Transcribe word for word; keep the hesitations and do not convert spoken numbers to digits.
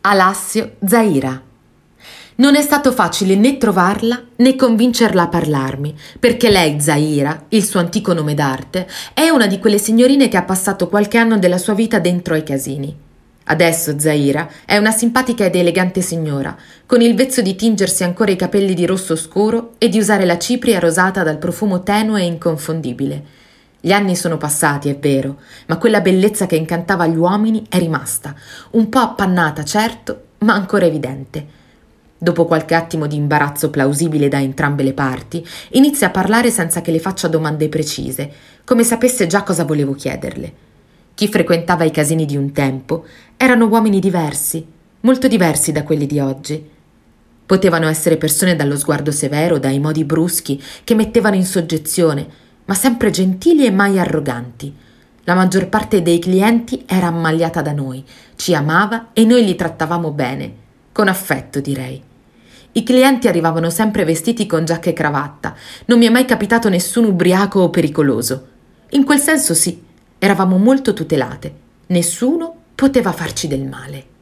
Alassio Zaira. Non è stato facile né trovarla né convincerla a parlarmi, perché lei, Zaira, il suo antico nome d'arte, è una di quelle signorine che ha passato qualche anno della sua vita dentro ai casini. Adesso Zaira è una simpatica ed elegante signora, con il vezzo di tingersi ancora i capelli di rosso scuro e di usare la cipria rosata dal profumo tenue e inconfondibile. Gli anni sono passati, è vero, ma quella bellezza che incantava gli uomini è rimasta, un po' appannata, certo, ma ancora evidente. Dopo qualche attimo di imbarazzo plausibile da entrambe le parti, inizia a parlare senza che le faccia domande precise, come sapesse già cosa volevo chiederle. Chi frequentava i casini di un tempo erano uomini diversi, molto diversi da quelli di oggi. Potevano essere persone dallo sguardo severo, dai modi bruschi che mettevano in soggezione, ma sempre gentili e mai arroganti. La maggior parte dei clienti era ammagliata da noi, ci amava e noi li trattavamo bene, con affetto direi. I clienti arrivavano sempre vestiti con giacca e cravatta, non mi è mai capitato nessun ubriaco o pericoloso. In quel senso sì, eravamo molto tutelate, nessuno poteva farci del male.